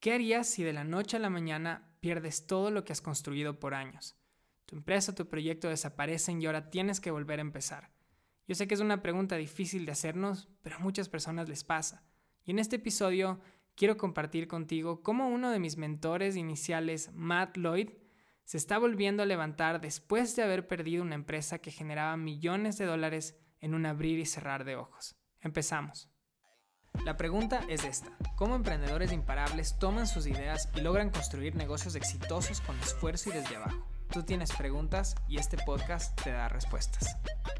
¿Qué harías si de la noche a la mañana pierdes todo lo que has construido por años? Tu empresa o tu proyecto desaparecen y ahora tienes que volver a empezar. Yo sé que es una pregunta difícil de hacernos, pero a muchas personas les pasa. Y en este episodio quiero compartir contigo cómo uno de mis mentores iniciales, Matt Lloyd, se está volviendo a levantar después de haber perdido una empresa que generaba millones de dólares en un abrir y cerrar de ojos. Empezamos. La pregunta es esta: ¿cómo emprendedores imparables toman sus ideas y logran construir negocios exitosos con esfuerzo y desde abajo? Tú tienes preguntas y este podcast te da respuestas.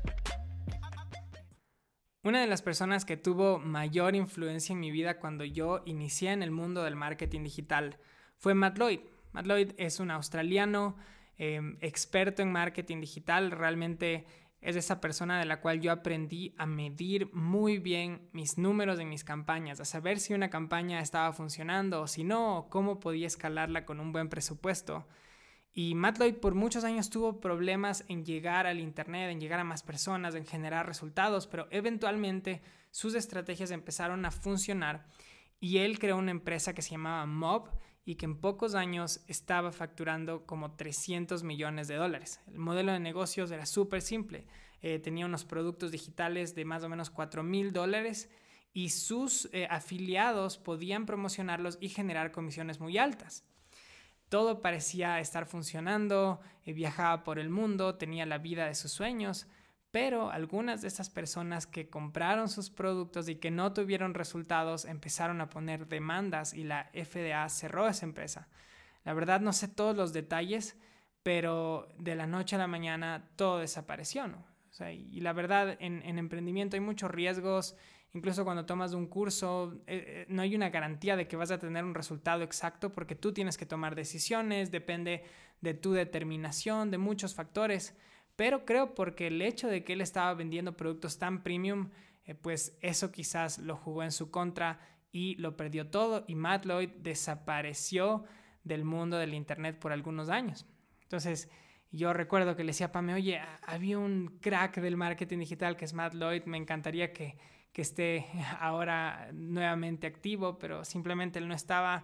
Una de las personas que tuvo mayor influencia en mi vida cuando yo inicié en el mundo del marketing digital fue Matt Lloyd. Matt Lloyd es un australiano experto en marketing digital. Realmente es esa persona de la cual yo aprendí a medir muy bien mis números en mis campañas, a saber si una campaña estaba funcionando o si no, o cómo podía escalarla con un buen presupuesto. Y Matt Lloyd por muchos años tuvo problemas en llegar al internet, en llegar a más personas, en generar resultados, pero eventualmente sus estrategias empezaron a funcionar y él creó una empresa que se llamaba Mob y que en pocos años estaba facturando como 300 millones de dólares. El modelo de negocios era súper simple. Tenía unos productos digitales de más o menos $4,000 y sus afiliados podían promocionarlos y generar comisiones muy altas. Todo parecía estar funcionando, viajaba por el mundo, tenía la vida de sus sueños, pero algunas de estas personas que compraron sus productos y que no tuvieron resultados empezaron a poner demandas y la FDA cerró esa empresa. La verdad no sé todos los detalles, pero de la noche a la mañana todo desapareció, ¿no? O sea, y la verdad en emprendimiento hay muchos riesgos. Incluso cuando tomas un curso, no hay una garantía de que vas a tener un resultado exacto porque tú tienes que tomar decisiones, depende de tu determinación, de muchos factores. Pero creo porque el hecho de que él estaba vendiendo productos tan premium, pues eso quizás lo jugó en su contra y lo perdió todo. Y Matt Lloyd desapareció del mundo del internet por algunos años. Entonces, yo recuerdo que le decía a Pame, oye, había un crack del marketing digital que es Matt Lloyd, me encantaría que esté ahora nuevamente activo, pero simplemente él no estaba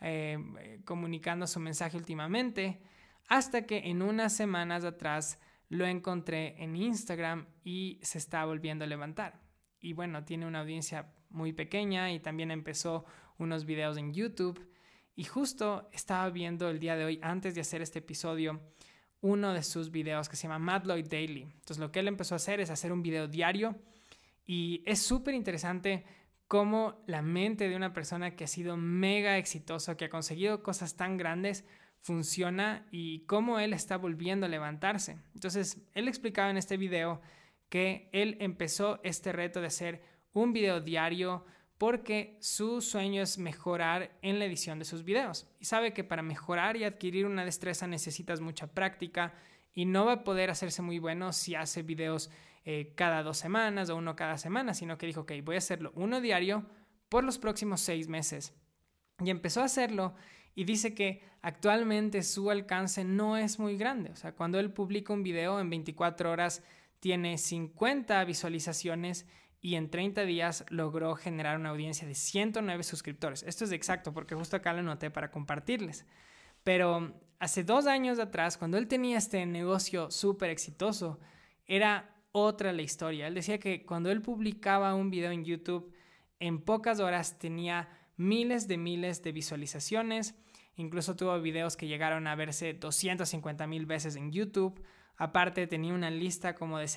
comunicando su mensaje últimamente, hasta que en unas semanas atrás lo encontré en Instagram y se está volviendo a levantar. Y bueno, tiene una audiencia muy pequeña y también empezó unos videos en YouTube. Y justo estaba viendo el día de hoy, antes de hacer este episodio, uno de sus videos que se llama Matt Lloyd Daily. Entonces lo que él empezó a hacer es hacer un video diario y es súper interesante cómo la mente de una persona que ha sido mega exitoso, que ha conseguido cosas tan grandes, funciona y cómo él está volviendo a levantarse. Entonces, él explicaba en este video que él empezó este reto de hacer un video diario porque su sueño es mejorar en la edición de sus videos. Y sabe que para mejorar y adquirir una destreza necesitas mucha práctica y no va a poder hacerse muy bueno si hace videos cada 2 semanas o uno cada semana, sino que dijo, ok, voy a hacerlo uno diario por los próximos 6 meses. Y empezó a hacerlo y dice que actualmente su alcance no es muy grande. O sea, cuando él publica un video en 24 horas tiene 50 visualizaciones y en 30 días logró generar una audiencia de 109 suscriptores. Esto es exacto porque justo acá lo anoté para compartirles. Pero hace 2 años atrás, cuando él tenía este negocio súper exitoso, era otra la historia. Él decía que cuando él publicaba un video en YouTube, en pocas horas tenía miles de visualizaciones. Incluso tuvo videos que llegaron a verse 250,000 veces en YouTube. Aparte tenía una lista como de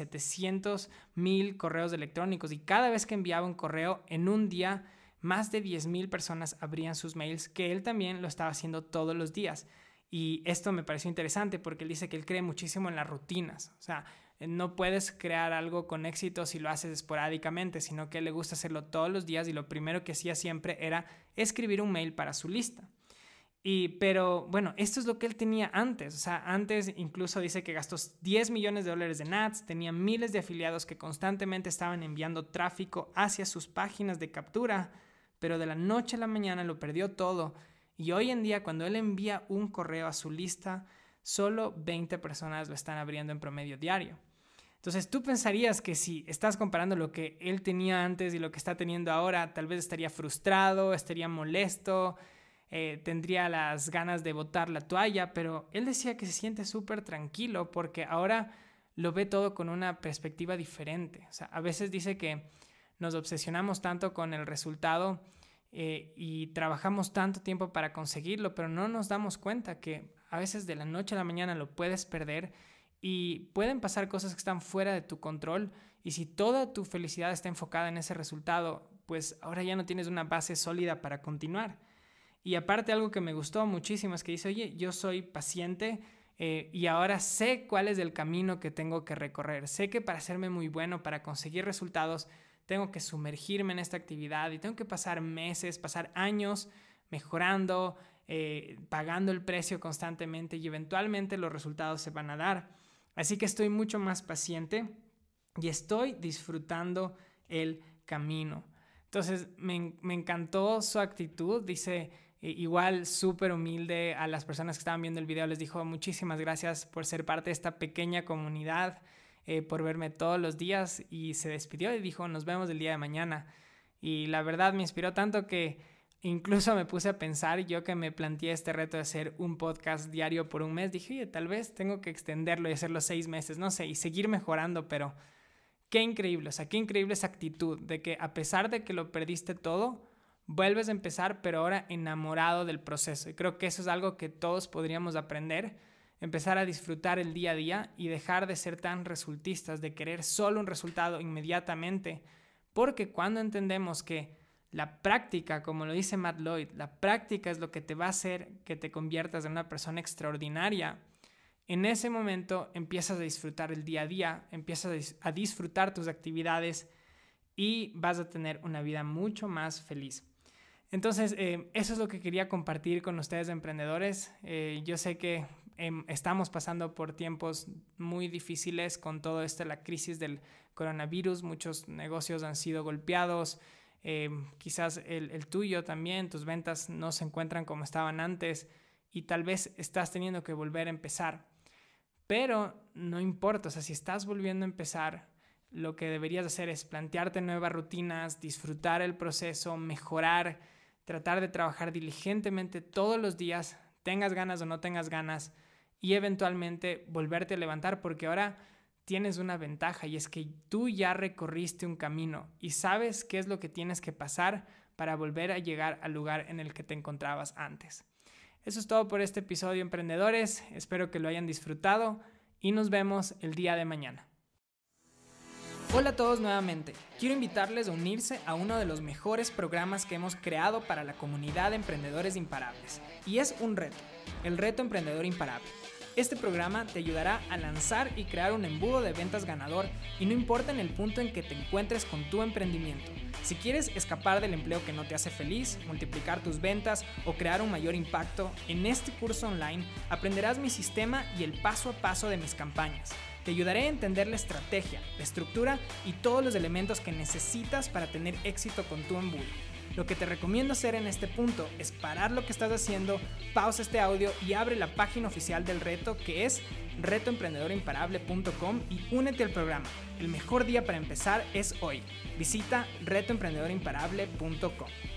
700,000 correos electrónicos y cada vez que enviaba un correo en un día, más de 10,000 personas abrían sus mails, que él también lo estaba haciendo todos los días. Y esto me pareció interesante porque él dice que él cree muchísimo en las rutinas. O sea, no puedes crear algo con éxito si lo haces esporádicamente, sino que le gusta hacerlo todos los días y lo primero que hacía siempre era escribir un mail para su lista. Pero bueno, esto es lo que él tenía antes. O sea, antes incluso dice que gastó $10 millones en ads, tenía miles de afiliados que constantemente estaban enviando tráfico hacia sus páginas de captura, pero de la noche a la mañana lo perdió todo. Y hoy en día, cuando él envía un correo a su lista, solo 20 personas lo están abriendo en promedio diario. Entonces tú pensarías que si estás comparando lo que él tenía antes y lo que está teniendo ahora, tal vez estaría frustrado, estaría molesto. tendría las ganas de botar la toalla, pero él decía que se siente súper tranquilo porque ahora lo ve todo con una perspectiva diferente. O sea, a veces dice que nos obsesionamos tanto con el resultado y trabajamos tanto tiempo para conseguirlo, pero no nos damos cuenta que a veces de la noche a la mañana lo puedes perder y pueden pasar cosas que están fuera de tu control, y si toda tu felicidad está enfocada en ese resultado, pues ahora ya no tienes una base sólida para continuar. Y aparte, algo que me gustó muchísimo es que dice, oye, yo soy paciente y ahora sé cuál es el camino que tengo que recorrer. Sé que para hacerme muy bueno, para conseguir resultados, tengo que sumergirme en esta actividad y tengo que pasar meses, pasar años mejorando, pagando el precio constantemente, y eventualmente los resultados se van a dar. Así que estoy mucho más paciente y estoy disfrutando el camino. Entonces me encantó su actitud. Dice, igual súper humilde, a las personas que estaban viendo el video les dijo muchísimas gracias por ser parte de esta pequeña comunidad, por verme todos los días, y se despidió y dijo nos vemos el día de mañana. Y la verdad me inspiró tanto que incluso me puse a pensar, yo que me planteé este reto de hacer un podcast diario por un mes, dije, oye, tal vez tengo que extenderlo y hacerlo 6 meses, no sé, y seguir mejorando. Pero qué increíble, o sea, qué increíble esa actitud de que a pesar de que lo perdiste todo, vuelves a empezar, pero ahora enamorado del proceso. Y creo que eso es algo que todos podríamos aprender, empezar a disfrutar el día a día y dejar de ser tan resultistas, de querer solo un resultado inmediatamente, porque cuando entendemos que la práctica, como lo dice Matt Lloyd, la práctica es lo que te va a hacer que te conviertas en una persona extraordinaria, en ese momento empiezas a disfrutar el día a día, empiezas a disfrutar tus actividades y vas a tener una vida mucho más feliz. Entonces, eso es lo que quería compartir con ustedes, emprendedores. Yo sé que estamos pasando por tiempos muy difíciles con todo esto, la crisis del coronavirus. Muchos negocios han sido golpeados. Quizás el tuyo también, tus ventas no se encuentran como estaban antes y tal vez estás teniendo que volver a empezar. Pero no importa, o sea, si estás volviendo a empezar, lo que deberías hacer es plantearte nuevas rutinas, disfrutar el proceso, mejorar, tratar de trabajar diligentemente todos los días, tengas ganas o no tengas ganas, y eventualmente volverte a levantar, porque ahora tienes una ventaja, y es que tú ya recorriste un camino y sabes qué es lo que tienes que pasar para volver a llegar al lugar en el que te encontrabas antes. Eso es todo por este episodio, emprendedores. Espero que lo hayan disfrutado y nos vemos el día de mañana. Hola a todos nuevamente. Quiero invitarles a unirse a uno de los mejores programas que hemos creado para la comunidad de emprendedores imparables, y es un reto, el Reto Emprendedor Imparable. Este programa te ayudará a lanzar y crear un embudo de ventas ganador, y no importa en el punto en que te encuentres con tu emprendimiento. Si quieres escapar del empleo que no te hace feliz, multiplicar tus ventas o crear un mayor impacto, en este curso online aprenderás mi sistema y el paso a paso de mis campañas. Te ayudaré a entender la estrategia, la estructura y todos los elementos que necesitas para tener éxito con tu embudo. Lo que te recomiendo hacer en este punto es parar lo que estás haciendo, pausa este audio y abre la página oficial del reto, que es retoemprendedorimparable.com, y únete al programa. El mejor día para empezar es hoy. Visita retoemprendedorimparable.com.